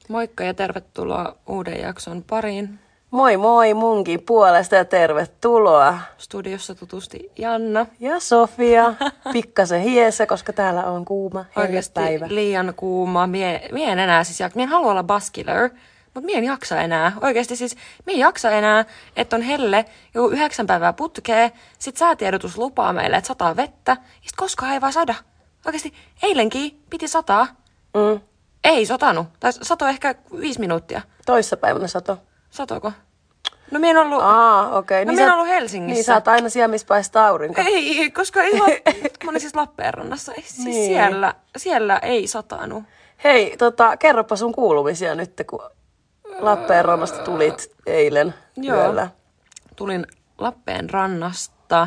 Moikka ja tervetuloa uuden jakson pariin. Moi moi munkin puolesta ja tervetuloa. Studiossa tutusti Janna. Ja Sofia. Pikkasen hiessä, koska täällä on kuuma Oikeasti päivä. liian kuuma. Mie en enää mie en halua olla buskiller, mutta mie en jaksa enää. Oikeasti siis mie en jaksa enää, että on helle joku 9 päivää putkee. Sit säätiedotus lupaa meille, että sataa vettä. Ja sit koskaan ei vaan sada. Oikeasti eilenkin piti sataa. Ei satanut. Tai sato ehkä 5 minuuttia. Toissapäivänä sato. Satoko? No mie en ollut, Okei. no mie en ollut Helsingissä. Niin sä oot aina siellä, missä paistaa aurinko. Ei, koska ihan, mä olin siis Lappeenrannassa. Siis Niin. siellä ei satanut. Hei, kerropa sun kuulumisia nyt, kun Lappeenrannasta tulit eilen yöllä. Tulin Lappeenrannasta.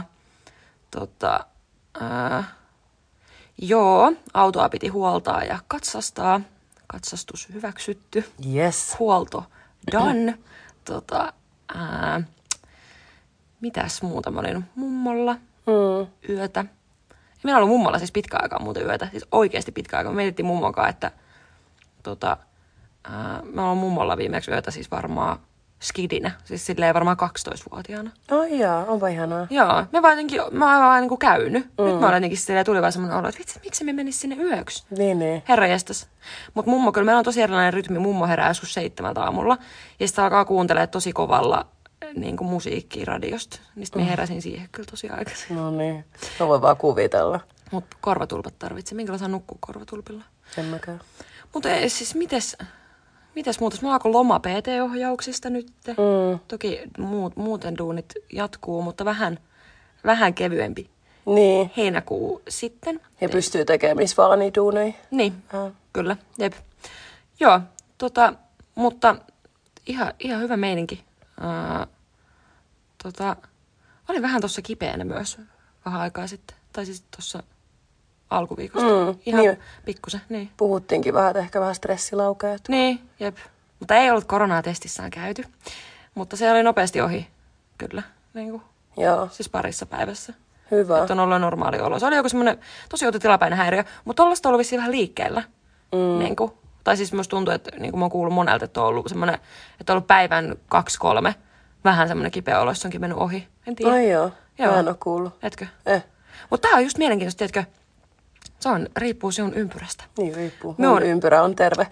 Autoa piti huoltaa ja katsastaa. Katsastus hyväksytty. Yes. Huolto done. Mitäs muuta? Mä olin mummolla yötä. Minä ollut mummolla siis pitkä aikaa muuten yötä. Siis oikeasti pitkä aikaa. Me mietittiin mummonkaan, että mä olen mummolla viimeksi yötä siis varmaan skidinä. Siis silleen varmaan 12-vuotiaana. Ai jaa, onpa ihanaa. Joo, mä oon vaan niinku käynyt. Nyt mä olen jotenkin silleen, tuli vaan semmoinen olo, että vitsi, miksi me menis sinne yöksi? Niin. Herranjestas. Mut mummo, kyllä meillä on tosi erilainen rytmi. Mummo herää joskus 7 aamulla. Ja sitten alkaa kuuntelemaan tosi kovalla niinku musiikkia radiosta. Niin sitten mä heräsin siihen kyllä tosi aikaisin. No niin, mä voin vaan kuvitella. Mut korvatulpat tarvitsee. Minkälaisia nukkuu korvatulpilla? En mäkään. Mutta siis mites muuta? Mä alkoi loma PT-ohjauksista nyt. Toki muuten duunit jatkuu, mutta vähän kevyempi. Niin. Heinäkuu sitten. Ja pystyy tekemään missä vaan niitä duuneja. Niin, kyllä. Jep. Joo, mutta ihan hyvä meininki. Olin vähän tuossa kipeänä myös vähän aikaa sitten. Tai siis tuossa alkuviikosta. Ihan niin. pikkusen, niin. Puhuttiinkin vähän, että ehkä vähän stressilaukeet. Niin, jep. Mutta ei ollut koronaa testissään käyty. Mutta se oli nopeasti ohi, kyllä. Niin kuin, Joo, siis parissa päivässä. hyvä. Että on ollut normaali olo. Se oli joku semmoinen tosi outo tilapäinen häiriö, mutta tollaista on ollut vissiin vähän liikkeellä. Niin kuin, tai siis musta tuntuu, että niin kuin mä oon kuullut monelta, että on ollut semmoinen, että on ollut päivän 2-3 vähän semmoinen kipeä olo, jossa onkin mennyt ohi. En tiedä. Ai joo, mä en oo kuullut. Etkö? Mutta tää on just mielenkiintoista, tiedätkö? Riippuu sinun ympyrästä. Niin riippuu. Mun ympyrä on terve.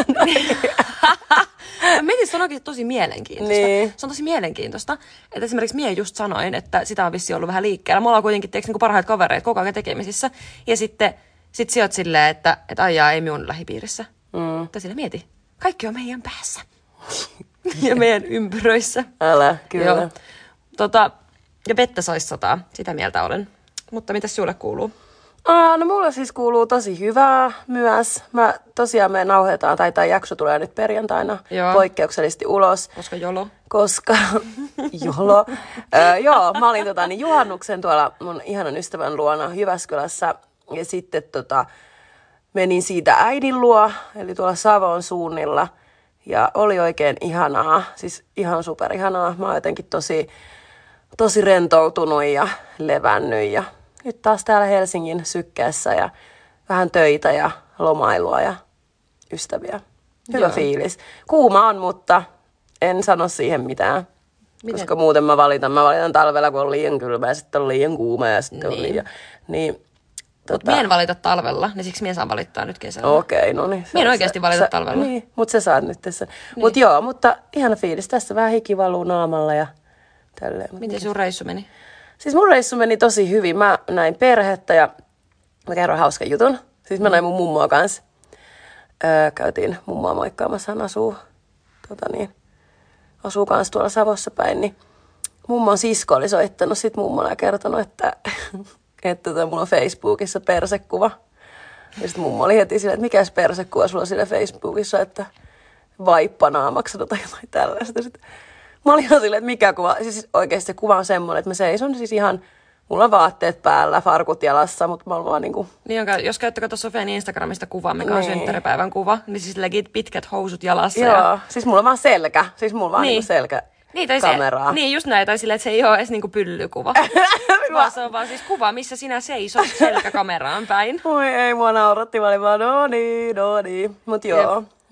Mietin, se on oikein tosi mielenkiintoista. Niin. Se on tosi mielenkiintoista, että esimerkiksi mie just sanoin, että sitä on vissiin ollut vähän liikkeellä. Me ollaan kuitenkin niin parhaita kavereita koko ajan tekemisissä. Ja sitten sä oot silleen, että aijaa ei minun lähipiirissä. Tai sille mieti, kaikki on meidän päässä. Ja meidän ympyröissä. Älä, kyllä. Joo. Ja vettä saisi sataa, sitä mieltä olen. Mutta mitäs sulle kuuluu? No mulle siis kuuluu tosi hyvää myös. Me nauhoitetaan, tai tämä jakso tulee nyt perjantaina poikkeuksellisesti ulos. Koska jolo. Jolo. Joo, mä olin juhannuksen tuolla mun ihanan ystävän luona Jyväskylässä. Ja sitten menin siitä äidin luo, eli tuolla Savon suunnilla. Ja oli oikein ihanaa, siis ihan superihanaa. Mä oon jotenkin tosi rentoutunut ja levännyt ja nyt taas täällä Helsingin sykkeessä ja vähän töitä ja lomailua ja ystäviä. Hyvä fiilis. Kuuma on, mutta en sano siihen mitään. Miten? Koska muuten mä valitan talvella, kun on liian kylmä ja sitten on liian kuuma ja sitten on liian. Niin, Mie en valita talvella, niin siksi mie saan valittaa nyt kesällä. Okei, no niin. Mie en oikeasti valita talvella. Niin, mutta sä saat nyt tässä. Niin. Mutta ihana fiilis. Tässä vähän hiki valuu naamalla ja tälleen. Miten sun reissu meni? Siis mun reissu meni tosi hyvin. Mä näin perhettä ja mä kerron hauskan jutun. Siis mä näin mun mummoa kanssa. Käytiin mummoa moikkaamassa. Hän asuu kanssa tuolla Savossa päin. Niin mummon sisko oli soittanut sit mummolle ja kertonut, että mulla on Facebookissa persekuva. Ja sit mummo oli heti silleen, että mikäs persekuva sulla on siellä Facebookissa, että vaippanaamaksi tai jotain tällaista. Sitten mä olin ihan silleen, että mikä kuva. Siis oikeasti se kuva on semmoinen, että mä seison siis ihan, mulla on vaatteet päällä, farkut jalassa, mutta mä oon vaan niinku. Niin, jos käyttäkö tuossa Sofian Instagramista kuvaa, mikä on synttäripäivän kuva, niin siis legit pitkät housut jalassa. Joo, siis mulla on vaan selkä. Siis mulla on vaan niinku selkä. Kameraa. Niin, just näin, tai silleen, että se ei ole edes niinku pyllykuva. Vaan se on vaan siis kuva, missä sinä seisot selkäkameraan päin. Oi ei, mua nauratti, mä olin vaan no niin. Mut joo.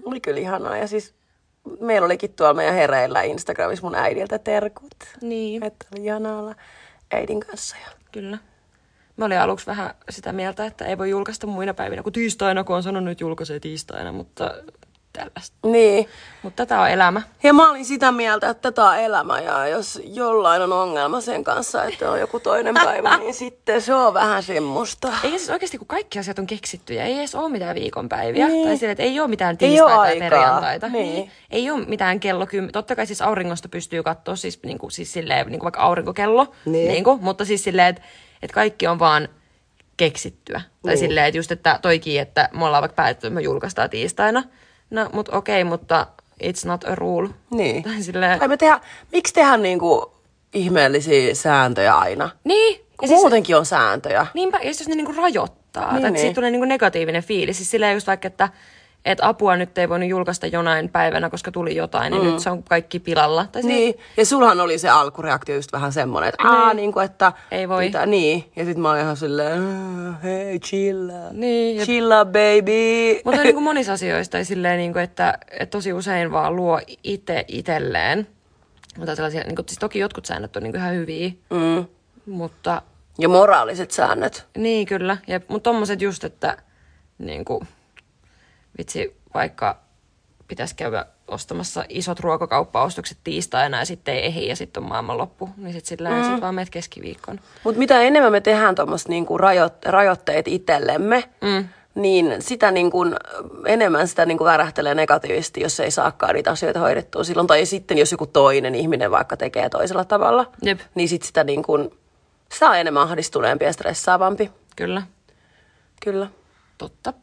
Oli kyllä ihanaa. Ja siis meillä olikin tuolla meidän hereillä Instagramissa mun äidiltä terkut. Niin. Että oli ihanaa olla äidin kanssa. Kyllä. Mä olin aluksi vähän sitä mieltä, että ei voi julkaista muina päivinä kuin tiistaina, kun on sanonut, että julkaisee tiistaina, mutta tällaista. Niin. Mutta tätä on elämä. Ja mä olin sitä mieltä, että tätä on elämä ja jos jollain on ongelma sen kanssa, että on joku toinen päivä, niin sitten se on vähän semmoista. Ei siis oikeasti, kun kaikki asiat on keksitty ja ei edes ole mitään viikonpäiviä. Niin. Tai sille, että ei ole mitään Ei tiistaita ole ja aikaa. perjantaita. Niin. Ei ole mitään kello 10. Totta kai siis auringosta pystyy katsoa siis, siis silleen, vaikka aurinkokello. Niin. Mutta siis silleen, että kaikki on vaan keksittyä. Tai silleen, että just, että toikin, että me ollaan vaikka päätetty, että me julkaistaan tiistaina. No, mutta okei, mutta it's not a rule. Niin. Tai silleen... Miksi tehdään niinku ihmeellisiä sääntöjä aina? Niin. Kun muutenkin on sääntöjä. Niinpä, ja jos ne niinku rajoittaa. Niin, Tai niin. siitä tulee niinku negatiivinen fiilis. Siis silleen just vaikka, että apua nyt ei voinut julkaista jonain päivänä, koska tuli jotain, niin nyt se on kaikki pilalla. Tai Niin, ja sulhan oli se alkureaktio just vähän semmoinen, että niinku, että... Ei voi. Niin, ja sit mä olin ihan silleen, hei, chilla. Niin, Chilla, baby. mutta on niinku monissa asioista, ja silleen, niinku, että tosi usein vaan luo itselleen. Mutta sellaisia, niinku, siis toki jotkut säännöt on niinku ihan hyviä, mutta... Ja moraaliset säännöt. Niin, kyllä. Mutta tommoset just, että niinku, vitsi, vaikka pitäisi käydä ostamassa isot ruokakauppaostokset tiistaina ja sitten ei ehdi ja sitten on maailmanloppu, niin sitten sit vaan meet keskiviikkoon. Mutta mitä enemmän me tehdään tuommoista niinku rajoitteet itsellemme, niin sitä niinku, enemmän sitä niinku värähtelee negatiivisesti, jos ei saakaan niitä asioita hoidettua silloin. Tai sitten jos joku toinen ihminen vaikka tekee toisella tavalla, Jep. niin sitten sitä, niinku, sitä on enemmän ahdistuneempi ja stressaavampi. Kyllä, Kyllä. totta.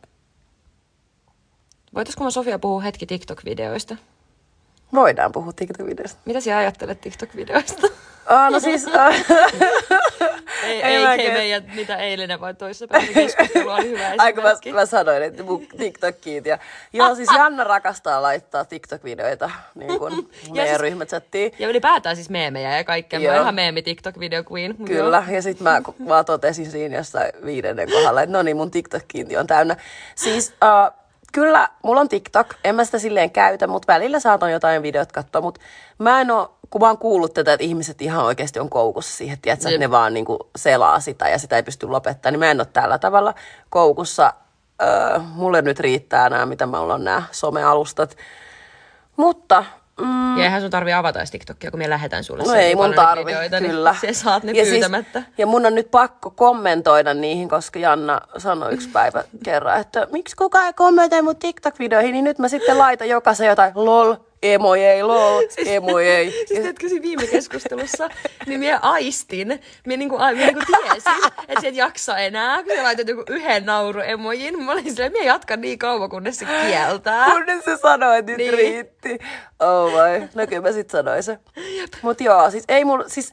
Voitaisko mä Sofia puhua hetki TikTok-videoista? Voidaan puhua TikTok-videosta. Mitä sinä ajattelet TikTok-videoista? No siis... Ei meidän mitä eilinen vai toissapäivänä keskustelua oli hyvä Aika esimerkki. mä sanoin, että mun TikTok-kiit. Joo, siis Janna rakastaa laittaa TikTok-videoita niin kuin meidän siis- ryhmächattiin. Ja ylipäätään siis meemejä ja kaikkea. Mä Joo. oon ihan meemi TikTok-video queen. Kyllä, ja sitten mä vaan totesin siinä jossain 5. kohdalla, että no niin, mun TikTok-kiinti on täynnä. Siis kyllä, mulla on TikTok, en mä sitä silleen käytä, mutta välillä saatan jotain videot katsoa, mutta mä en oo, kun mä oon kuullut tätä, että ihmiset ihan oikeasti on koukussa siihen, että ne vaan niinku selaa sitä ja sitä ei pysty lopettamaan, niin mä en oo tällä tavalla koukussa. Mulle nyt riittää nämä, mitä mulla on nämä somealustat. Mutta... Ja eihän sun tarvii avata edes TikTokia, kun me lähetän sulle No sen ei mun paljon tarvi, videoita, kyllä. Niin sä saat ne ja pyytämättä. Siis, ja mun on nyt pakko kommentoida niihin, koska Janna sanoi yksi päivä kerran, että miksi kukaan ei kommentoi mun TikTok-videoihin, niin nyt mä sitten laitan jokaisen jotain lol, emojei, lol, emojei. Siis tiedätkö siinä viime keskustelussa, niin minä aistin, minä niinku tiesin, että sä et jaksa enää, kun sä laitat joku yhden nauru-emojin. Mä olin silleen, minä jatkan niin kauan, kunnes se kieltää. Kunnes se sanoi, että nyt Niin. riitti. Oh vai, no kyllä mä sit sanoin se. Mut joo, siis ei mulla, siis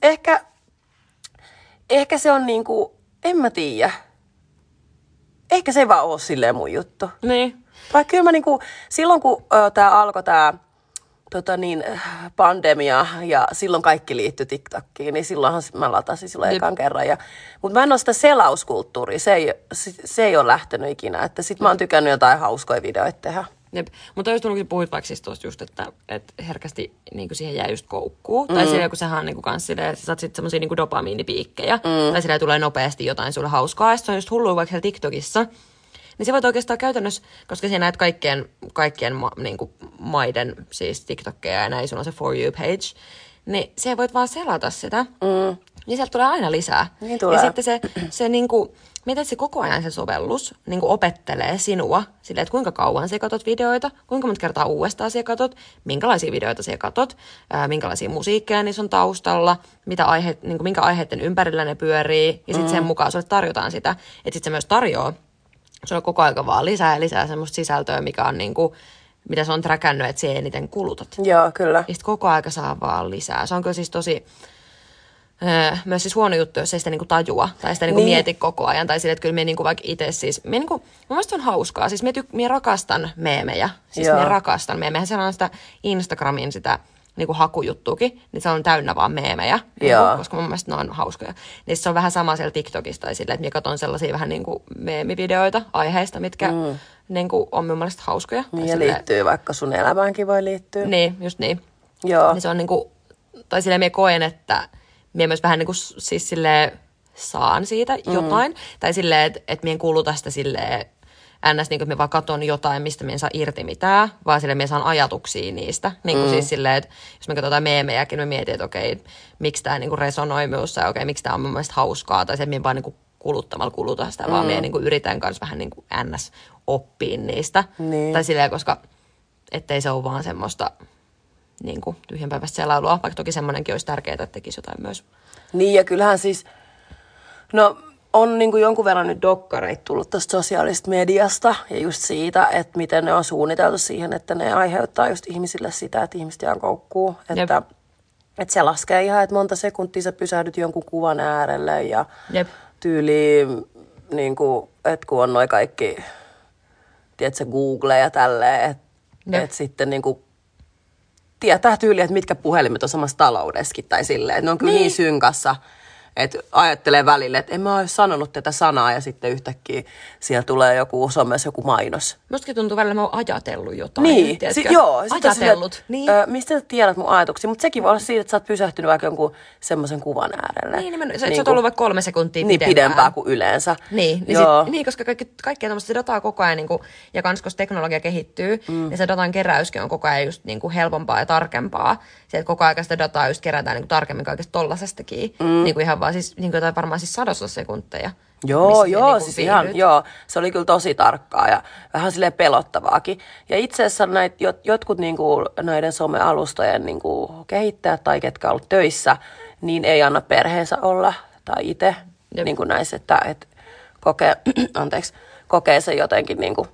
ehkä se on niinku, en mä tiedä. Ehkä se ei vaan oo silleen mun juttu. Niin. Vaikka kyllä mä niinku, silloin kun tää alkoi tää pandemia ja silloin kaikki liittyi TikTokiin, niin silloinhan mä latasin silloin ekan kerran. Mutta mä en ole sitä selauskulttuuria, se ei ole lähtenyt ikinä. Että sit mä oon tykännyt jotain hauskoja videoita tehdä. Jep. Mutta jos kun puhuit vaikka siis tuosta just, että herkästi niin siihen jää just koukkuu. Tai silleen, kun sähän on niin kans silleen, sä saat sit semmosia niin dopamiinipiikkejä. Tai silleen tulee nopeasti jotain sulle hauskaa. Ja sit se on just hullua vaikka siellä TikTokissa. Niin se voit oikeastaan käytännössä, koska siinä näet kaikkien niin maiden siis TikTokkeja ja näin, sulla on se For You page, niin se voit vaan selata sitä, niin sieltä tulee aina lisää. Niin tulee. Ja sitten se niinku, mietit, että se koko ajan se sovellus niinku opettelee sinua silleen, että kuinka kauan sä katot videoita, kuinka monta kertaa uudestaan sä katot, minkälaisia videoita sä katot, minkälaisia musiikkeja niissä on taustalla, minkä aiheiden ympärillä ne pyörii, ja sitten sen mukaan sulle tarjotaan sitä, että sitten se myös tarjoaa sulla koko ajan vaan lisää ja lisää semmoista sisältöä, mikä on niinku, mitä se on träkännyt, että se eniten kulutat. Joo, kyllä. Ja sitten koko ajan saa vaan lisää. Se on kyllä siis tosi, myös siis huono juttu, jos ei sitä niinku tajua tai sitä niinku mieti koko ajan. Tai sille, että kyllä me niinku vaikka itse siis, mun mielestä on hauskaa. Siis me rakastan meemejä. Siis me rakastan meemejä. Siellä on sitä Instagramin sitä niinku hakujuttuukin, niin se on täynnä vaan meemejä, niinku, koska mun mielestä ne on hauskoja. Niin se on vähän sama siellä TikTokissa tai silleen, että minä katson sellaisia vähän niinku meemivideoita aiheista, mitkä niinku on mun mielestä hauskoja. Niin ja liittyy vaikka sun elämäänkin voi liittyä. Niin, just niin. Joo. Niin se on niinku, tai silleen minä koen, että minä myös vähän niinku siis silleen saan siitä jotain. Tai silleen, että minä en kuluta sitä silleen ns. Niin kuin minä vaan katon jotain, mistä minä en saa irti mitään, vaan silleen minä saan ajatuksia niistä. Niin kuin siis silleen, että jos me katsotaan meemejäkin, me mietin, että okei, miksi tämä niinku resonoi minussa ja okei, miksi tämä on mun mielestä hauskaa. Tai se, että minä vaan niinku kuluttamalla kuluta sitä, vaan minä niinku yritän kanssa vähän niinku ns. Oppia niistä. Niin. Tai silleen, koska ettei se ole vaan semmoista niinku tyhjänpäiväistä selailua, vaikka toki semmoinenkin olisi tärkeää, että tekisi jotain myös. Niin ja kyllähän siis, no on niin kuin jonkun verran nyt dokkareita tullut tästä sosiaalisesta mediasta ja just siitä, että miten ne on suunniteltu siihen, että ne aiheuttaa just ihmisille sitä, että ihmiset jää koukkuu. Että se laskee ihan, että monta sekuntia sä pysähdyt jonkun kuvan äärelle ja tyyliin, niin kuin, että kun on noi kaikki, tiedätkö, Google ja tälleen, että sitten niin kuin tietää tyyliin, että mitkä puhelimet on samassa taloudessakin tai silleen, että ne on kyllä niin synkassa. Että ajattelee välille, että en mä ole sanonut tätä sanaa ja sitten yhtäkkiä siellä tulee joku somessa joku mainos. Mustakin tuntuu välillä, että mä oon ajatellut jotain. Niin, joo. Ajatellut. Sille, niin. Mistä sä tiedät mun ajatuksia? Mutta sekin voi olla siitä, että sä oot pysähtynyt vaikka jonkun semmoisen kuvan äärelle. Niin, sä oot ollut vaikka 3 sekuntia niin, pidempää kuin yleensä. Niin, koska kaikkea tämmöistä dataa koko ajan, niin kuin, ja kans koska teknologia kehittyy, niin se datan keräyskin on koko ajan just niin kuin helpompaa ja tarkempaa. Se, että koko ajan sitä dataa just kerätään niin kuin tarkemmin kaikesta tollasestakin. Niin kuin ihan vaan siis, niin kuin jotain varmaan siis 100 sekunteja. Joo, niin siis ihan, joo. Se oli kyllä tosi tarkkaa ja vähän silleen pelottavaakin. Ja itse asiassa jotkut niinku, näiden somealustojen niinku, kehittäjät tai ketkä on ollut töissä, niin ei anna perheensä olla tai itse niinku näissä, että kokee sen jotenkin niinku,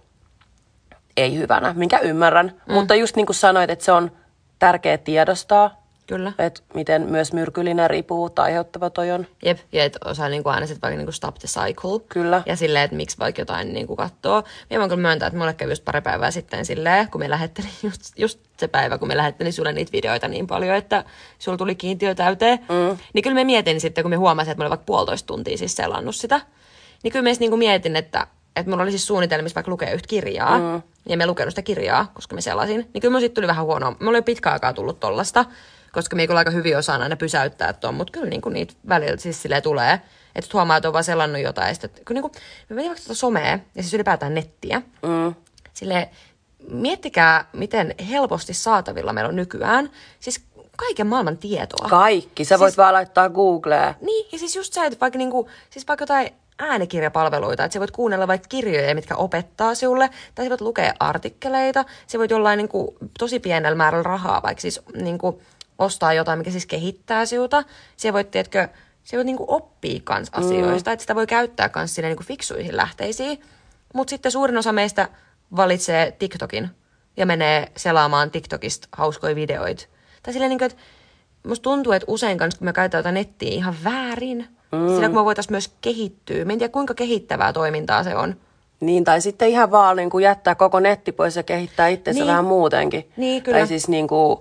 ei hyvänä, minkä ymmärrän. Mutta just niin kuin sanoit, että se on tärkeä tiedostaa. Kyllä. Että miten myös myrkyllinen riippuvuutta aiheuttava toi on. Jep, ja että osaa niinku aina sitten vaikka niinku stop the cycle. Kyllä. Ja silleen, että miksi vaikka jotain niinku katsoo. Minä voin kyllä myöntää, että mulle kävi just pari päivää sitten silleen, kun me lähettelin, just se päivä, kun me lähettelin sulle niitä videoita niin paljon, että sulla tuli kiintiö täyteen. Niin kyllä me mietin sitten, kun me huomasin, että mä olin vaikka 1,5 tuntia siis selannut sitä. Niin kyllä mä niinku mietin, että mulla oli siis suunnitelmissa vaikka lukea yhtä kirjaa. Ja me lukenut sitä kirjaa, koska me selasin. Niin kyllä mä sitten tuli vähän huonoa. Mulla oli pitkään aikaa tullut tollasta. Koska me ei kyllä aika hyvin osaan aina pysäyttää tuon, mutta kyllä niinku niitä välillä siis silleen tulee. Että huomaa, että on vaan selannut jotain. Ja sitten, kun niinku, me menin vaikka somea ja siis ylipäätään nettiä. Silleen, miettikää, miten helposti saatavilla meillä on nykyään. Siis kaiken maailman tietoa. Kaikki. Sä voit vaan laittaa Googleen. Niin, ja siis just se, että vaikka, niinku, siis vaikka jotain äänikirjapalveluita, että sä voit kuunnella vaikka kirjoja, mitkä opettaa sinulle, tai sä voit lukea artikkeleita, sä voit jollain niinku, tosi pienellä määrällä rahaa, vaikka siis niinku, ostaa jotain, mikä siis kehittää sinulta. Sä voit, tiedätkö, sä voit niinku, oppia kans asioista, että sitä voi käyttää kans silleen, niinku, fiksuihin lähteisiin. Mutta sitten suurin osa meistä valitsee TikTokin ja menee selaamaan TikTokista hauskoja videoita. Tai silleen, niinku, että musta tuntuu, että usein kanssa, kun me käytetään jotain nettiä ihan väärin, sillä kun me voitaisiin myös kehittyä. Mä en tiedä, kuinka kehittävää toimintaa se on. Niin, tai sitten ihan vaan niin kuin jättää koko netti pois ja kehittää itsensä vähän muutenkin. Niin, kyllä. Tai siis niin kuin,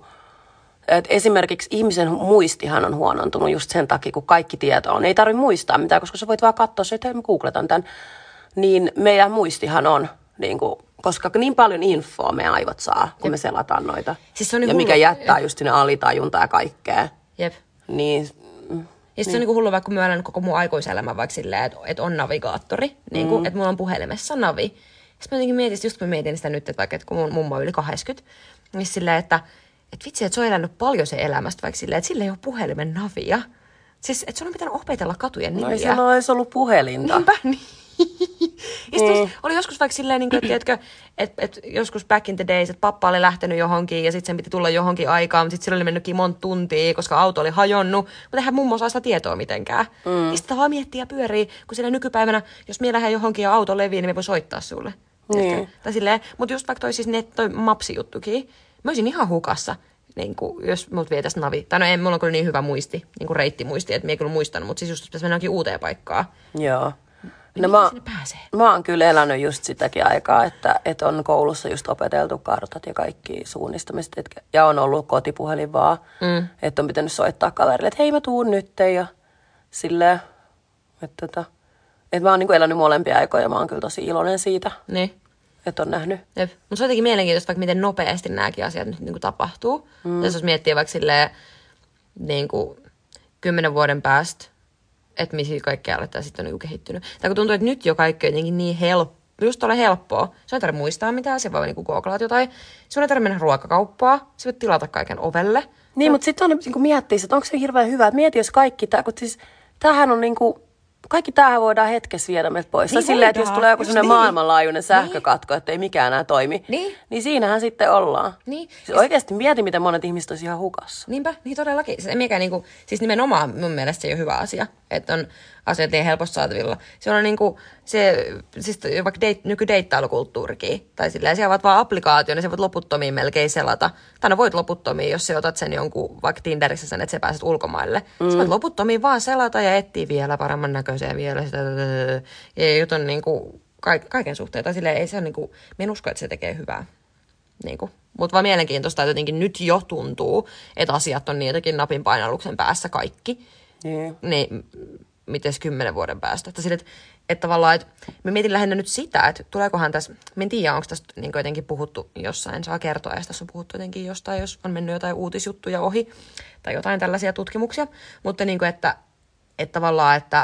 että esimerkiksi ihmisen muistihan on huonontunut just sen takia, kun kaikki tieto on. Ei tarvitse muistaa mitään, koska sä voit vaan katsoa se, että mä googletan tämän. Niin meidän muistihan on, niin kuin, koska niin paljon infoa meidän aivot saa, kun me selataan noita. Siis se on niin ja mikä jättää just sinne alitajuntaa ja kaikkea. Jep. Niin. Ja sitten se on niinku hullu, vaikka kun mä olen koko mun aikuiselämän vaikka silleen, että on navigaattori, niinku, että mulla on puhelimessa navi. Sitten mä jotenkin mietin, just kun mä mietin sitä nyt, että vaikka että kun mun mummo on yli 80, niin silleen, että vitsi, että se on elänyt paljon sen elämästä, vaikka silleen, että sillä ei ole puhelimen navia. Siis, että se on pitänyt opetella katujen nimiä. No ei siellä ole edes ollut puhelinta. Niinpä, niin. Ja sitten oli joskus vaikka silleen, että joskus back in the days, että pappa oli lähtenyt johonkin ja sitten sen piti tulla johonkin aikaan, mutta sitten sillä oli mennytkin monta tuntia, koska auto oli hajonnut. Mutta eihän mummo saa sitä tietoa mitenkään. Ja sitten vaan miettii ja pyörii, kun sillä nykypäivänä, jos mie lähden johonkin ja auto levii, niin me voi soittaa sulle. Niin. Tai silleen, mutta just vaikka toi mapsijuttukin, mä olisin ihan hukassa. Niin kuin, jos mut vietäisi navi. Tai no ei, mulla on kyllä niin hyvä muisti, niin kuin reittimuisti, että mie kyllä muistanut, mutta siis just pitäisi mennä uuteen paikkaan. Joo. No mä oon kyllä elänyt just sitäkin aikaa, että on koulussa just opeteltu kartat ja kaikki suunnistamiset. Ja on ollut kotipuhelin vaan, että on pitänyt soittaa kaverille, että hei mä tuun nyt ja silleen, että mä oon niinku elänyt molempia aikoja ja mä oon kyllä tosi iloinen siitä, että on nähnyt. Mutta se on jotenkin mielenkiintoista, vaikka miten nopeasti nämäkin asiat nyt niinku tapahtuu. Jos miettii vaikka silleen niinku 10 vuoden päästä, että missä kaikkea aletaan sitten on niinku kehittynyt. Tai kun tuntuu, että nyt jo kaikki on jotenkin niin just ole helppoa. Se ei tarvitse muistaa mitään, se voi niinku googlata jotain. Se ei tarvitse mennä ruokakauppaan, se voi tilata kaiken ovelle. Niin, mutta sitten on niinku miettiä, että onko se hirveän hyvä, että mieti, jos kaikki tämä, kun siis tämähän on niinku, kaikki tämähän voidaan hetkessä viedä meiltä pois. Niin silleen, että jos tulee joku sellainen maailmanlaajuinen sähkökatko, että ei mikään enää toimi, niin siinähän sitten ollaan. Niin. Siis oikeasti mieti, miten monet ihmiset olisi ihan hukassa. Niinpä, niin todellakin. Siis nimenomaan mun mielestä se ei ole hyvä asia, että on asiat niin helposti saatavilla. Se on niinku, siis vaikka nykydeittailukulttuurikin, tai silleen, siellä ovat vaan applikaatio, niin sä voit loputtomiin melkein selata. Tai no voit loputtomiin, jos sä otat sen jonkun, vaikka Tinderissä sen, että sä pääset ulkomaille. Sä voit loputtomiin vaan selata ja etsiä vielä paremman näköisiä vielä sitä. Ja jutun niinku kaiken suhteen. Tai silleen, ei se ole niinku, mä en usko, että se tekee hyvää. Niinku. Mutta vaan mielenkiintoista, että jotenkin nyt jo tuntuu, että asiat on niin jotenkin napin painalluksen päässä kaikki. Niin mites 10 vuoden päästä. Että sille, että tavallaan, että mä mietin lähinnä nyt sitä, että tuleekohan tässä, mä en tiedä, onko tässä niin jotenkin puhuttu jossain, saa kertoa, jos tässä on puhuttu jotenkin jostain, jos on mennyt jotain uutisjuttuja ohi, tai jotain tällaisia tutkimuksia, mutta niin kuin, että tavallaan, että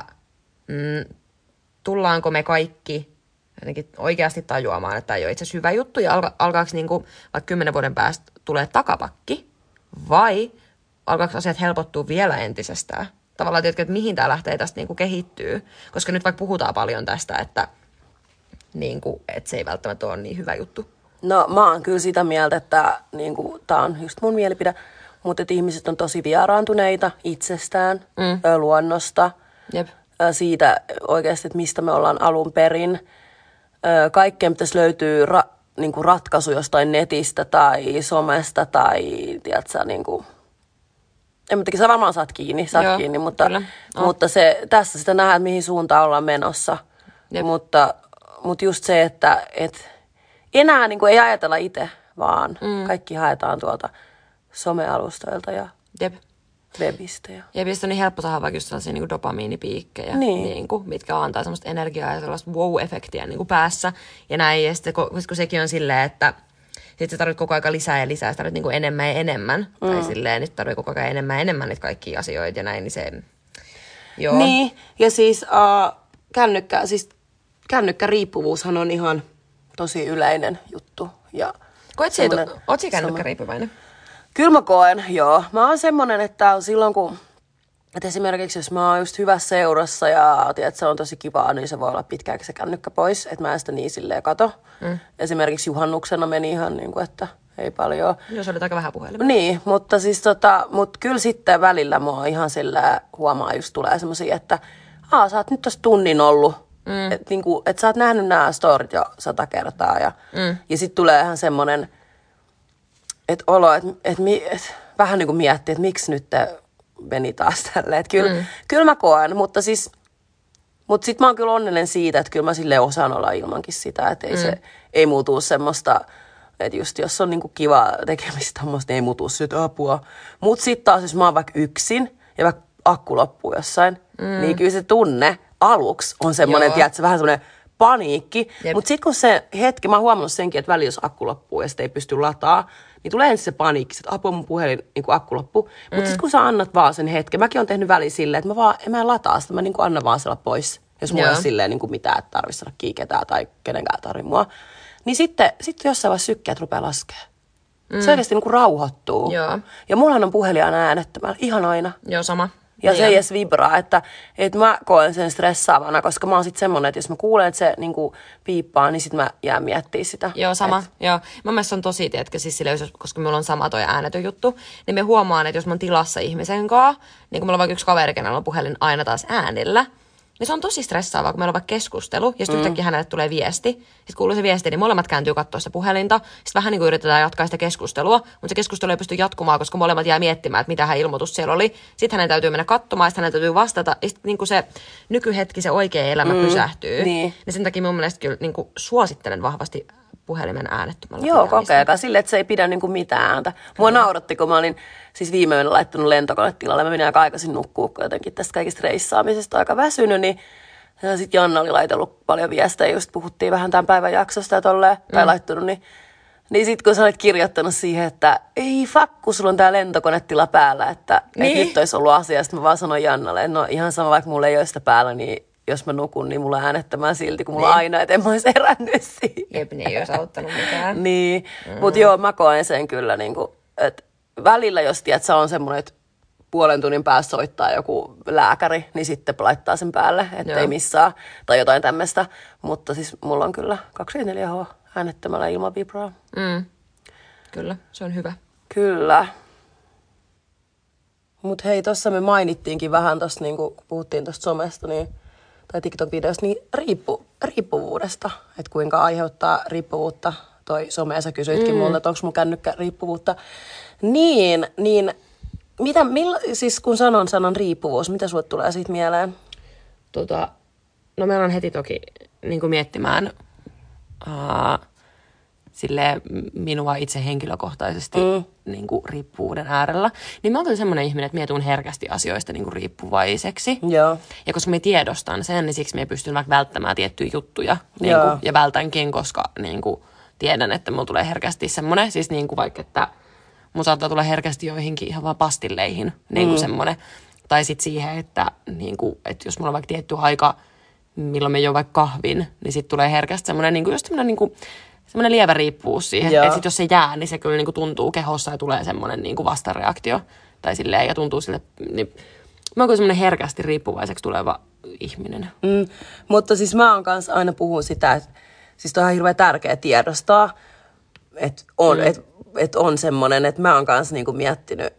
tullaanko me kaikki jotenkin oikeasti tajuamaan, että tämä ei ole itse asiassa hyvä juttu, ja alkaako niin kuin, vaikka 10 vuoden päästä tulee takapakki, vai alkaako asiat helpottua vielä entisestään? Tavallaan tiedätkö, että mihin tämä lähtee tästä niin kuin kehittyy. Koska nyt vaikka puhutaan paljon tästä, että, niin kuin, että se ei välttämättä ole niin hyvä juttu. No mä oon kyllä sitä mieltä, että niin kuin, tää on just mun mielipide, mutta että ihmiset on tosi vieraantuneita itsestään, luonnosta, siitä oikeasti, että mistä me ollaan alun perin. Kaikkeen pitäisi löytyä niin kuin ratkaisu jostain netistä tai somesta tai tiedätkö, niin kuin, en tiedä, sä varmaan saat kiinni, mutta tässä sitä nähdään, mihin suuntaan ollaan menossa. Mutta just se, että enää niin kuin ei ajatella itse, vaan kaikki haetaan tuolta somealustoilta ja webistä. Ja on niin helppo saada vaikka just sellaisia niin kuin dopamiinipiikkejä, niin kuin, mitkä antaa semmoista energiaa ja sellaista wow-efektiä niin kuin päässä. Ja näin, ja sitten kun sekin on silleen, että sitten sä tarvitset koko ajan lisää ja lisää, sä tarvitset niin enemmän ja enemmän. Tai silleen, nyt tarvitsee koko ajan enemmän ja enemmän niitä kaikkia asioita ja näin, niin se... Joo. Niin, ja siis kännykkäriippuvuushan on ihan tosi yleinen juttu. Oot sä kännykkäriippuvainen? Kyllä mä koen, joo. Mä oon semmonen, että silloin kun... Että esimerkiksi jos mä oon just hyvässä seurassa ja tiedät, se on tosi kivaa, niin se voi olla pitkääkin se kännykkä pois. Että mä en sitä niin silleen kato. Esimerkiksi juhannuksena meni ihan niin kuin, että ei paljon. Joo, se oli aika vähän puhelimia. Niin, mutta siis mut kyllä sitten välillä mua ihan sillä huomaa just tulee semmosia, että sä oot nyt tossa tunnin ollut. Että niinku, et sä oot nähnyt nämä storit jo 100 kertaa. Ja sit tulee ihan semmonen, että olo, että vähän niin kuin miettii, että miksi nyt meni taas tälleen. Että kyllä mä koen, mutta sit mä oon kyllä onnellinen siitä, että kyllä mä silleen osaan olla ilmankin sitä, että ei muutu semmoista, että just jos on niinku kiva tekemistä tommoista, niin ei muutu sitä apua. Mut sit taas, jos mä oon vaikka yksin ja vaikka akku loppuu jossain, niin kyllä se tunne aluksi on semmoinen, tiedätkö, vähän semmoinen paniikki. Mutta sitten kun se hetki, mä oon huomannut senkin, että väliin jos akku loppuu ja sitä ei pysty lataa, niin tulee ensin se paniikki, että apua mun puhelin, niin kun akku loppuu. Mutta sitten kun sä annat vaan sen hetken, mäkin oon tehnyt väliin silleen, että mä en lataa sitä, mä niin annan vaan siellä pois. Jos mulla ei ole silleen niin mitään, että tarvitsisi saada kiiketään tai kenenkään tarvitse mua. Niin sitten jossain vaiheessa sykkeet rupeaa laskemaan. Se oikeasti niin rauhoittuu. Joo. Ja mullahan on puhelin aina äänettömällä, ihan aina. Joo, sama. Ja se ei edes vibraa, että mä koen sen stressaavana, koska mä oon sit semmonen, että jos mä kuulen, että se niinku piippaa, niin sit mä jään miettimään sitä. Joo, sama. Joo. Mun mielestä se on tosi, tiedätkö, siis sille, koska meillä on sama toi äänetön juttu, niin me huomaan, että jos mä oon tilassa ihmisen kanssa, niin kun meillä on vaikka yksi kaveri, kenellä on puhelin aina taas äänellä, niin se on tosi stressaavaa, kun meillä on vaikka keskustelu, ja sitten yhtäkkiä hänelle tulee viesti. Sitten kuuluu se viesti, niin molemmat kääntyy katsoa sitä puhelinta. Sitten vähän niin kuin yritetään jatkaa sitä keskustelua, mutta se keskustelu ei pysty jatkumaan, koska molemmat jää miettimään, että mitä hän ilmoitus siellä oli. Sitten hänen täytyy mennä katsomaan, sitten hänen täytyy vastata, ja sitten niin kuin se nykyhetki, se oikea elämä pysähtyy. Niin sen takia mun mielestä kyllä niin kuin suosittelen vahvasti puhelimen äänettömällä. Joo, kokeilkaa silleen, että se ei pidä niinku mitään ääntä. Mua nauratti, kun mä olin siis viime yönä laittanut lentokonetilalle. Mä menin aika aikaisin nukkua, kun jotenkin tästä kaikista reissaamisesta aika väsynyt, niin sitten Janna oli laitellut paljon viestejä, just puhuttiin vähän tämän päivän jaksosta ja tolleen, tai laittanut, niin sitten kun sä olit kirjoittanut siihen, että ei fakku, sulla on tää lentokonetila päällä, että nyt olisi ollut asia, sitten mä vaan sanoin Jannalle, no ihan sama, vaikka mulla ei ole sitä päällä, niin jos mä nukun, niin mulla äänettämään silti, kun mulla aina, että en mä olisi herännyt siihen. Jep, niin ei olisi auttanut mitään. Niin, mutta joo, mä koen sen kyllä, niin kuin, että välillä jos tiedät, sä on semmoinen, että puolen tunnin päässä soittaa joku lääkäri, niin sitten laittaa sen päälle, ettei missaa tai jotain tämmöistä. Mutta siis mulla on kyllä 24H äänettömällä ilman vibraa. Kyllä, se on hyvä. Kyllä. Mutta hei, tuossa me mainittiinkin vähän tuossa, niin kun puhuttiin tuosta somesta, niin tai TikTok-videosta, niin riippuvuudesta, että kuinka aiheuttaa riippuvuutta. Toi some, ja sä kysyitkin multa, että onko mun kännykkä riippuvuutta. Niin siis kun sanon riippuvuus, mitä sulle tulee siitä mieleen? No meillä on heti toki niin kuin miettimään silleen minua itse henkilökohtaisesti niin kuin riippuvuuden äärellä. Niin mä oon kyllä semmoinen ihminen, että mä tuun herkästi asioista niin kuin riippuvaiseksi. Joo. Ja koska mä tiedostan sen, niin siksi mä pystyn vaikka välttämään tiettyjä juttuja. Niin kuin, ja vältänkin, koska niin kuin, tiedän, että mulla tulee herkästi semmoinen, siis niin kuin vaikka, että mun saattaa tulla herkästi joihinkin ihan vaan pastilleihin, niin kuin semmoinen. Tai sitten siihen, että, niin kuin, että jos mulla on vaikka tietty aika, milloin mä juon vaikka kahvin, niin sitten tulee herkästi semmoinen, niin kuin, just semmoinen lievä riippuvuus siihen. Että sitten jos se jää, niin se kyllä niin kuin tuntuu kehossa ja tulee semmoinen niin kuin vastareaktio. Tai silleen, ja tuntuu sille, niin mä oon kyllä semmoinen herkästi riippuvaiseksi tuleva ihminen. Mutta siis mä oon kanssa aina puhun sitä, että siis toi on hirveän tärkeä tiedostaa, että on semmoinen, että mä oon kanssa niinku miettinyt,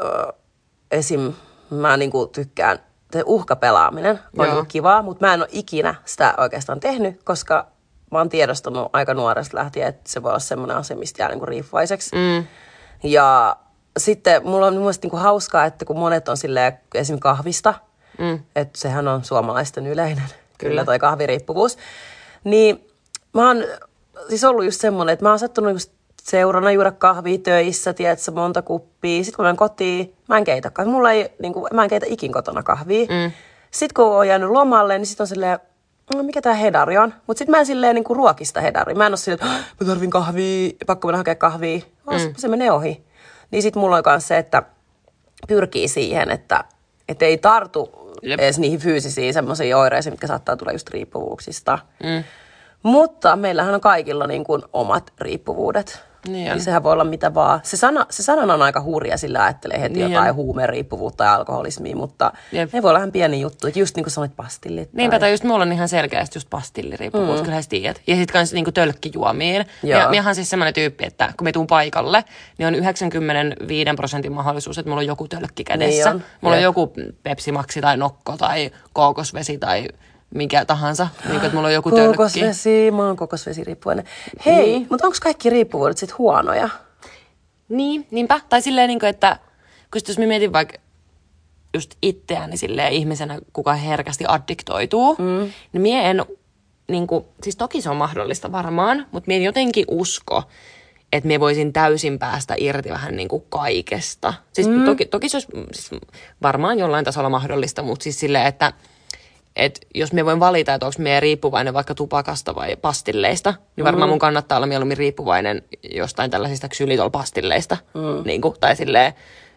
esim. Mä niinku tykkään, uhkapelaaminen on niinku kivaa, mutta mä en ole ikinä sitä oikeastaan tehnyt, koska mä oon tiedostanut aika nuoresta lähtien, että se voi olla semmoinen asia, mistä jää niinku riippuvaiseksi. Ja sitten mulla on mielestäni niinku hauskaa, että kun monet on silleen esim. Kahvista, että sehän on suomalaisten yleinen, kyllä toi kahviriippuvuus, niin mä oon siis ollut just semmoinen, että mä oon sattunut just seurana juoda kahvia töissä, tiedätkö, monta kuppia. Sitten kun mä menen kotiin, mä en keitä kahvia. Mä en keitä ikin kotona kahvia. Sitten kun on jäänyt lomalle, niin sitten on silleen, no mikä tää hedari on? Mutta sitten mä en silleen niin kuin ruokista hedaria. Mä en ole silleen, että mä tarvin kahvia, pakko mennä hakea kahvia. Se menee ohi. Niin sitten mulla on myös se, että pyrkii siihen, että ei tartu edes niihin fyysisiin semmoisiin oireisiin, mitkä saattaa tulla just riippuvuuksista. Mutta meillähän on kaikilla niin kuin omat riippuvuudet. Niin sehän voi olla mitä vaan. Se sana on aika hurja, sillä ajattelee heti jotain huumeriippuvuutta ja alkoholismia, mutta ne voi olla ihan pieni juttu. Just niin kuin sanoit, pastillit. Niinpä, tai just mulla on ihan selkeästi just pastilliriippuvuus, kyllähän sä tiedät. Ja sit kans niinku tölkkijuomiin. Ja minähän siis semmoinen tyyppi, että kun me tuun paikalle, niin on 95% mahdollisuus, että mulla on joku tölkki kädessä. Niin mulla on joku Pepsi Maxi tai Nokko tai kookosvesi tai mikä tahansa, niin että mulla on joku tölkki. Kokosvesi, mä oon kokosvesiriippuvainen. Hei, mutta onko kaikki riippuvuudet sit huonoja? Niin, niinpä. Tai silleen, että kun jos mä mietin vaikka just itseäni silleen ihmisenä, kuka herkästi addiktoituu, niin mie en, siis toki se on mahdollista varmaan, mutta mie en jotenkin usko, että mie voisin täysin päästä irti vähän niin kuin kaikesta. Siis toki se olisi siis varmaan jollain tasolla mahdollista, mutta siis silleen, että jos me voin valita, että onko me riippuvainen vaikka tupakasta vai pastilleista, niin varmaan mun kannattaa olla mieluummin riippuvainen jostain tällaisista xylitol-pastilleista. Tai silleen,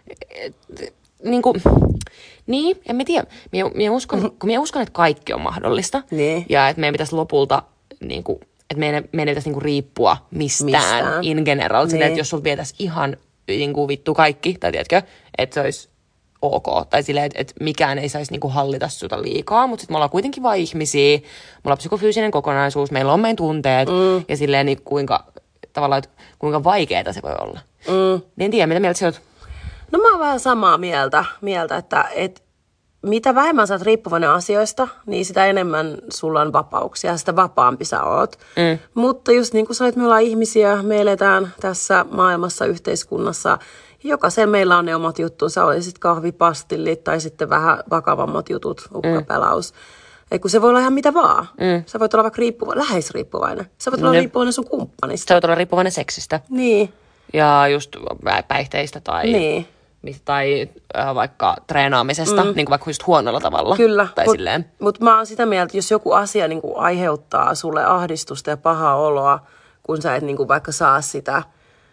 niin, en mä tiedä. Mä uskon, että kaikki on mahdollista. Niin. Ja että meidän pitäisi lopulta, että meidän pitäisi riippua mistään in general. Silleen, että jos sulta vietäisi ihan vittu kaikki, tai tiedätkö, että se olisi ok. Tai silleen, että mikään ei saisi hallita sua liikaa, mutta sitten me ollaan kuitenkin vain ihmisiä. Me ollaan psykofyysinen kokonaisuus, meillä on meidän tunteet ja silleen kuinka vaikeaa se voi olla. Niin en tiedä, mitä mieltä sä oot? No mä oon vähän samaa mieltä että mitä vähemmän sä oot riippuvainen asioista, niin sitä enemmän sulla on vapauksia, sitä vapaampi sä oot. Mutta just niin kuin sanoit, me ollaan ihmisiä, me eletään tässä maailmassa, yhteiskunnassa. Jokaisella meillä on ne omat juttunsa, oli sitten kahvipastillit tai sitten vähän vakavammat jutut, uhkapelaus. Kun se voi olla ihan mitä vaan. Sä voit olla vaikka läheisriippuvainen. Sä voit olla riippuvainen sun kumppanista. Sä voit olla riippuvainen seksistä. Niin. Ja just päihteistä tai... Niin. Tai vaikka treenaamisesta, niin kuin vaikka just huonolla tavalla. Kyllä, mutta mä oon sitä mieltä, että jos joku asia niin kuin aiheuttaa sulle ahdistusta ja pahaa oloa, kun sä et niin kuin vaikka saa sitä,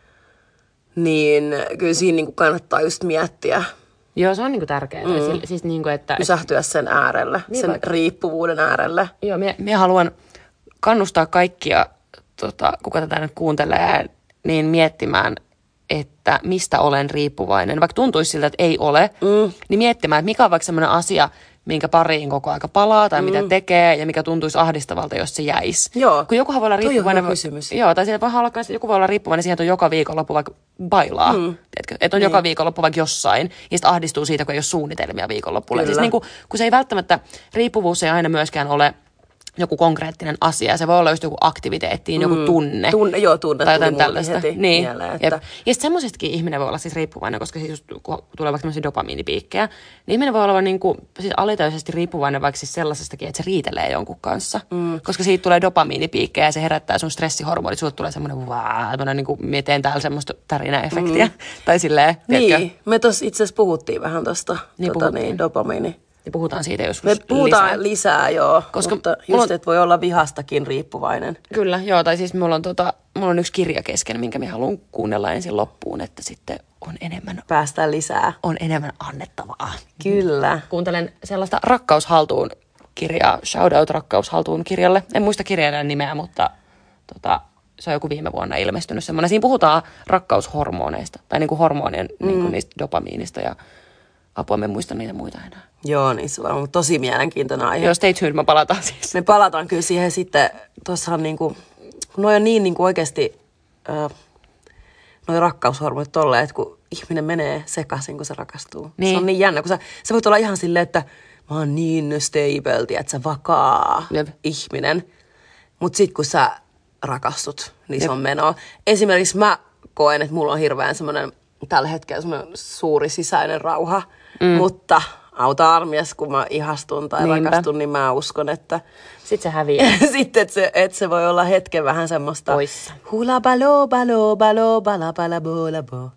niin kyllä siinä niin kuin kannattaa just miettiä. Joo, se on niin kuin tärkeää. Siis niin kuin, että... Pysähtyä sen äärelle, niin sen riippuvuuden äärelle. Joo, minä haluan kannustaa kaikkia, kuka tätä nyt kuuntelee, niin miettimään, että mistä olen riippuvainen. Vaikka tuntuisi siltä, että ei ole, niin miettimään, että mikä on vaikka sellainen asia, minkä pariin koko aika palaa tai mitä tekee ja mikä tuntuisi ahdistavalta, jos se jäisi. Joo, kun jokuhan voi olla riippuvainen. Joo, tai siinä voi olla, joku voi olla riippuvainen siihen, että on joka viikonloppu vaikka bailaa. Että on joka viikonloppu vaikka jossain ja sitten ahdistuu siitä, kun ei ole suunnitelmia viikonloppuun. Siis niin kun se ei välttämättä, riippuvuus ei aina myöskään ole joku konkreettinen asia. Se voi olla just joku aktiviteetti, joku tunne. Tunne tai jotain tällaista. Heti niin. mieleen, että... Ja sitten semmoisestakin ihminen voi olla siis riippuvainen, koska siis just, kun tulee vaikka tämmöisiä dopamiinipiikkejä, niin ihminen voi olla niin kuin, siis alitajuisesti riippuvainen vaikka siis sellaisestakin, että se riitelee jonkun kanssa. Koska siitä tulee dopamiinipiikkejä ja se herättää sun stressihormonit. Sulle tulee semmoinen niin kuin mietin täällä semmoista tärinäefektiä. Tai silleen, tiedätkö? Niin, me tuossa itse asiassa puhuttiin vähän tuosta dopamiini. Ja puhutaan siitä joskus me puhutaan lisää joo, koska mutta just, että voi olla vihastakin riippuvainen. Kyllä, joo, tai siis mulla on yksi kirja kesken, minkä mä haluan kuunnella ensin loppuun, että sitten on enemmän... Päästään lisää. On enemmän annettavaa. Kyllä. Kuuntelen sellaista Rakkaus haltuun -kirjaa, shoutout Rakkaus haltuun -kirjalle. En muista kirjailijan nimeä, mutta se on joku viime vuonna ilmestynyt semmoinen. Siinä puhutaan rakkaushormoneista, tai niinku hormonien niinku niistä dopamiinista ja... Apua, me muista niitä muita enää. Joo, niin se on tosi mielenkiintoinen aihe. Joo, stay tuned, me palataan siis. Me palataan kyllä siihen sitten, tuossahan niinku, noi on niin niinku oikeasti, noi rakkaushormonit tolleen, että kun ihminen menee sekaisin, kun se rakastuu. Niin. Se on niin jännä, kun sä voit olla ihan silleen, että mä oon niin stable, että sä vakaa ihminen. Mutta sit kun sä rakastut, niin se on menoa. Esimerkiksi mä koen, että mulla on hirveän semmoinen, tällä hetkellä semmoinen suuri sisäinen rauha, mutta auta armias, kun mä ihastun tai rakastun, niin mä uskon, että... Sitten se häviää. Sitten, että se voi olla hetken vähän semmoista... Poissa. Hula balo, balo, balo, bala, bala, bola, bo.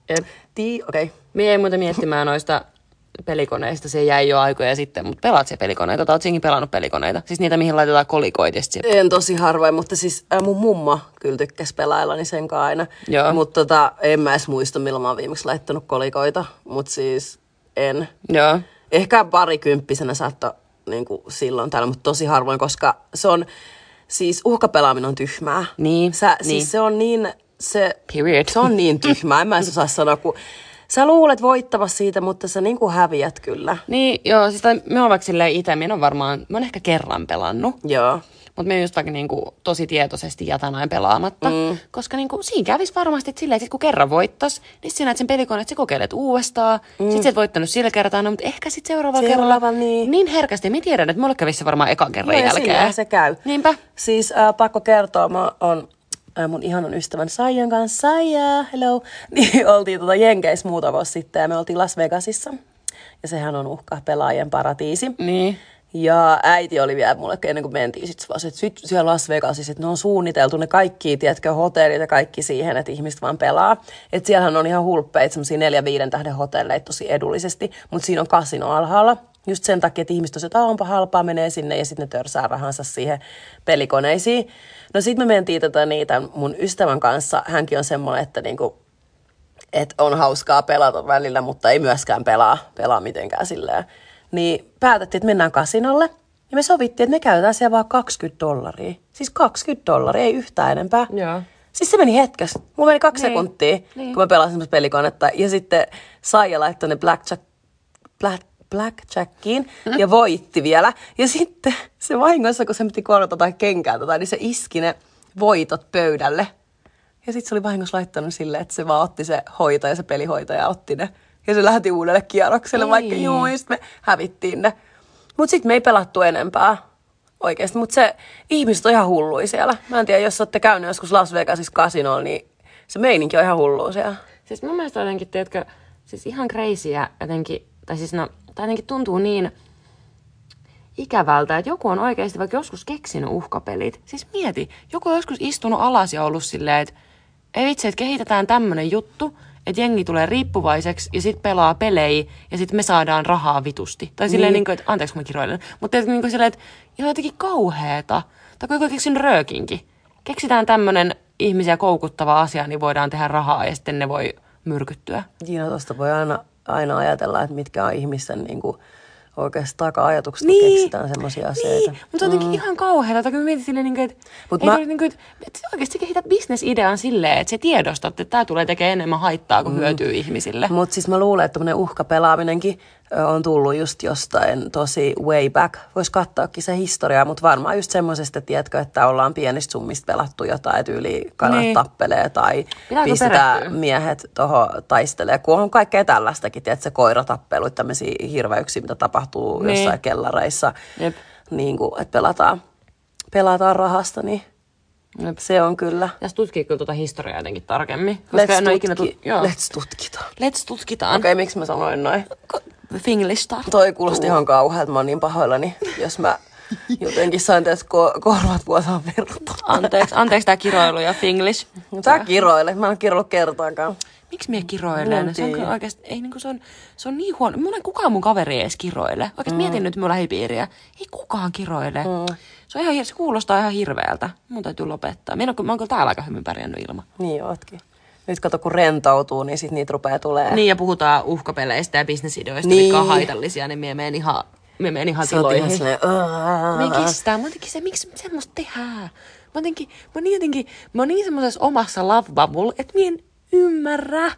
Okei. Mie ei muuta miettimään noista pelikoneista, se jäi jo aikoja sitten, mutta pelaat se pelikoneita, tai oot siinkin pelannut pelikoneita? Siis niitä, mihin laitetaan kolikoita. En tosi harvoin, mutta siis mun mummo kyllä tykkäsi pelailla, niin sen aina. Mutta en mä edes muista, milloin mä oon viimeksi laittanut kolikoita, mutta siis en. Joo. Ehkä parikymppisenä saattoi niin kuin silloin täällä, mutta tosi harvoin, koska se on, siis uhkapelaaminen on tyhmää. Niin. Siis se on niin, Period. Se on niin tyhmää, en mä osaa sanoa, kun sä luulet voittavasi siitä, mutta sä niin kuin häviät kyllä. Niin, joo, siis me on vaikka silleen itse, mä oon ehkä kerran pelannut. Joo. Mutta me just vaikka niinku tosi tietoisesti jätän aina pelaamatta. Koska niinku siinä kävisi varmasti silleen, että kun kerran voittas, niin sinä näet sen pelikone, että sä kokeilet uudestaan. Sitten sä et voittanut sillä kertaa, mutta ehkä sitten seuraavalla kerralla niin herkästi. Mä tiedän, että mulle kävisi se varmaan ekan kerran jälkeen. Joo, se käy. Niinpä. Siis pakko kertoa, mä oon mun ihanan ystävän Saijan kanssa, Saija, hello, niin oltiin Jenkeissä muutama vuosi sitten ja me oltiin Las Vegasissa. Ja sehän on pelaajien paratiisi. Niin. Ja äiti oli vielä mulle, ennen kuin mentiin, että siellä Las Vegasissa, että ne on suunniteltu ne kaikki, tiedätkö, hotellit ja kaikki siihen, että ihmiset vaan pelaa. Että siellähän on ihan hulppeita, semmosia 4-5 tähden hotelleita tosi edullisesti, mutta siinä on kasino alhaalla. Just sen takia, että ihmiset tosiaan, että onpa halpaa, menee sinne ja sitten ne törsää rahansa siihen pelikoneisiin. No sitten me mentiin niitä mun ystävän kanssa. Hänkin on semmoinen, että niinku, et on hauskaa pelata välillä, mutta ei myöskään pelaa mitenkään silleen. Niin päätettiin, että mennään kasinolle. Ja me sovittiin, että me käytetään siellä vaan $20. Siis $20, ei yhtään enempää. Joo. Siis se meni hetkessä. Mulla meni 2 sekuntia, kun mä pelasin semmoista pelikonetta. Ja sitten Saija laittoi ne blackjackiin ja voitti vielä. Ja sitten se vahingossa, kun se piti korjata tai kenkää, niin se iski ne voitot pöydälle. Ja sitten se oli vahingossa laittanut silleen, että se vaan otti se hoitaja, se pelihoitaja otti ne Ja se lähti uudelle kierrokselle, Ei. vaikka joo, ja sitten me hävittiin ne. Mutta sitten me ei pelattu enempää oikeasti. Mutta se ihmiset on ihan hullui siellä. Mä en tiedä, jos olette käynyt joskus Las Vegasissa kasinolla, niin se meininki on ihan hullua siellä. Siis mun mielestä jotenkin, tiedätkö, siis ihan crazyä jotenkin, tai siis no, tai jotenkin tuntuu niin ikävältä, että joku on oikeasti vaikka joskus keksinyt uhkapelit. Siis mieti, joku on joskus istunut alas ja ollut silleen, että ei vitsi, että kehitetään tämmönen juttu, että jengi tulee riippuvaiseksi ja sit pelaa pelejä ja sit me saadaan rahaa vitusti. Tai silleen niin kuin, että anteeksi mä kiroilen, mutta niin kuin silleen, että ihan jotenkin kauheeta. Tai kun joku keksin röökinkin. Keksitään tämmönen ihmisiä koukuttava asia, niin voidaan tehdä rahaa ja sitten ne voi myrkyttyä. Niin, tuosta voi aina ajatella, että mitkä on ihmisten niin kuin, oikeasti taka-ajatukset, kun keksitään semmoisia asioita. Niin, mutta jotenkin ihan kauheata, kun mietit silleen, että oikeasti kehität bisnesidean silleen, että sä tiedostat, että tää tulee tekemään enemmän haittaa kuin hyötyy ihmisille. Mutta siis mä luulen, että tämmöinen uhkapelaaminenkin on tullut just jostain tosi way back. Voisi katsoakin se historiaa, mutta varmaan just semmoisesta, tiedätkö, että ollaan pienistä summista pelattu jotain tyyliin, kanat tappelee tai Pitääkö pistetään perehtyä? miehet tuohon taistelee. Kun on kaikkea tällaistakin, tiedätkö, koiratappeluita, tämmöisiä hirveyksiä, mitä tapahtuu jossain kellareissa, niin kuin, että pelataan rahasta, niin se on kyllä. Tässä tutkii kyllä tuota historiaa jotenkin tarkemmin. Koska Let's tutkitaan. Okei, miksi mä sanoin noin? Finglishta. Toi kuulosti ihan kauhealta, mä oon niin pahoillani, jos mä jotenkin sain tässä korvat vuosaa verta. Anteeksi tää kiroilu ja finglish. Sä kiroilet, mä en ole kiroillut kertaakaan. Miksi mie kiroilen? Se on kyllä oikeasti, ei niinku se on niin huono. Kukaan mun kaveri ei edes kiroile. Oikeasti mietin nyt mun lähipiiriä. Ei kukaan kiroile. Se kuulostaa ihan hirveältä. Mun täytyy lopettaa. Mä oon kyllä täällä aika hyvin pärjännyt ilman. Niin ootkin. Nyt kato, kun rentoutuu, niin sit niitä rupeaa tulee. Niin, ja puhutaan uhkapeleistä ja bisnesideoista, mitkä on haitallisia, niin mie menen ihan tiloihin. Sä oot ihan Me kestää. Mä jotenkin se, miksi semmoista tehdään? Mä oon niin semmoisessa omassa love bubble, että mä en ymmärrä,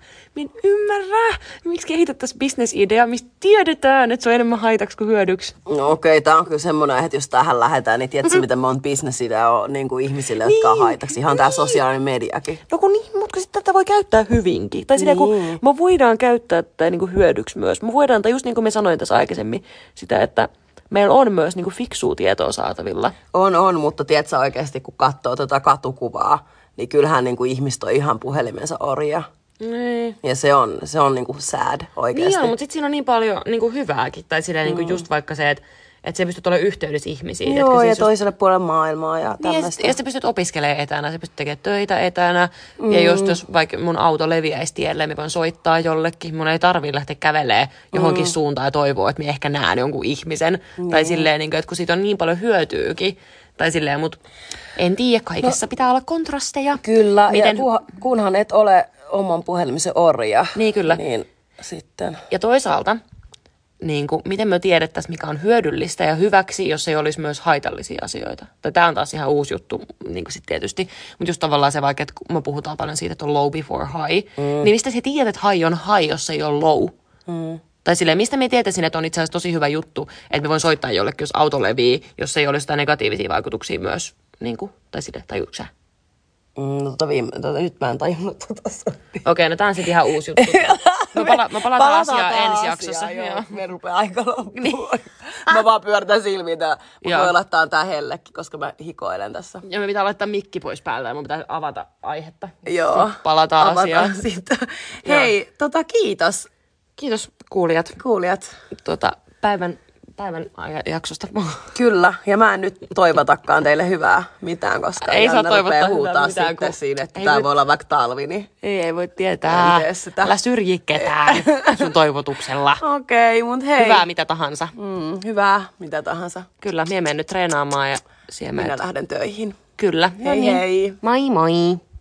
miksi kehitettäisiin bisnesidea, mistä tiedetään, että se on enemmän haitaksi kuin hyödyksi. No okei, tää on kyllä semmoinen, että jos tähän lähdetään, niin tiedätkö, miten monta bisnesidea on niin kuin ihmisille, jotka on haitaksi. Ihan tää sosiaalinen mediakin. No kun niin, mutta sitten tätä voi käyttää hyvinkin. Tai silleen, kun me voidaan käyttää tätä niin kuin hyödyksi myös. Me voidaan, tai just niin kuin me sanoin tässä aikaisemmin, sitä, että meillä on myös niin kuin fiksua tietoa saatavilla. On, mutta tiedätkö oikeasti, kun katsoo tätä katukuvaa, niin kyllähän niin kuin ihmiset on ihan puhelimensa orja. Niin. Ja se on niin kuin sad oikeasti. Niin on, mutta sitten siinä on niin paljon niin kuin hyvääkin. Tai silleen niin kuin just vaikka se, että sä pystyt olemaan yhteydessä ihmisiin. Joo, siis ja just toiselle puolelle maailmaa ja tämmöistä. Niin, ja sä pystyt opiskelemaan etänä, sä pystyt tekemään töitä etänä. Ja jos vaikka mun auto leviäisi tielle, mä voin soittaa jollekin. Mun ei tarvitse lähteä kävelemään johonkin suuntaan ja toivoa, että mä ehkä näen jonkun ihmisen. Tai silleen, että kun siitä on niin paljon hyötyykin. Tai silleen, mutta en tiedä, kaikessa pitää olla kontrasteja. Kyllä, ja kunhan et ole oman puhelimisen orja. Niin kyllä. Niin sitten. Ja toisaalta, niin kuin, miten me tiedettäisiin, mikä on hyödyllistä ja hyväksi, jos ei olisi myös haitallisia asioita. Tämä on taas ihan uusi juttu niin kuin sit tietysti. Mutta just tavallaan se vaikka, että kun me puhutaan paljon siitä, että on low before high, niin mistä sä tiedät, että high on high, jos ei ole low? Tai silleen, mistä me tietäisin, että on itse asiassa tosi hyvä juttu, että me voin soittaa jollekin, jos auto levii, jos ei ole sitä negatiivisia vaikutuksia myös. Niin kuin, tai silleen, tajuuko sä? Nyt mä en tajunnut Okei, no tää on sitten ihan uusi juttu. Me palataan asiaan ensi jaksossa. Joo. Me rupeaa aika loppuun. Mä vaan pyöritän silmiä tää. Mutta voi olla, tää on tää hellekin, koska mä hikoilen tässä. Ja me pitää laittaa mikki pois päältä ja mun pitää avata aihetta. Joo. Palataan asiaan. Hei, kiitos. Kiitos kuulijat. Päivän jaksosta. Kyllä, ja mä en nyt toivotakaan teille hyvää mitään, koska ei saa toivottaa huutaa mitään, sitten siinä, että tää voi olla vaikka talvi. Niin ei voi tietää. Älä syrji ketään sun toivotuksella. Okei, mut hei. Hyvää mitä tahansa. Hyvää mitä tahansa. Kyllä, minä menen nyt treenaamaan ja minä lähden töihin. Kyllä. Hei hei. Moi moi.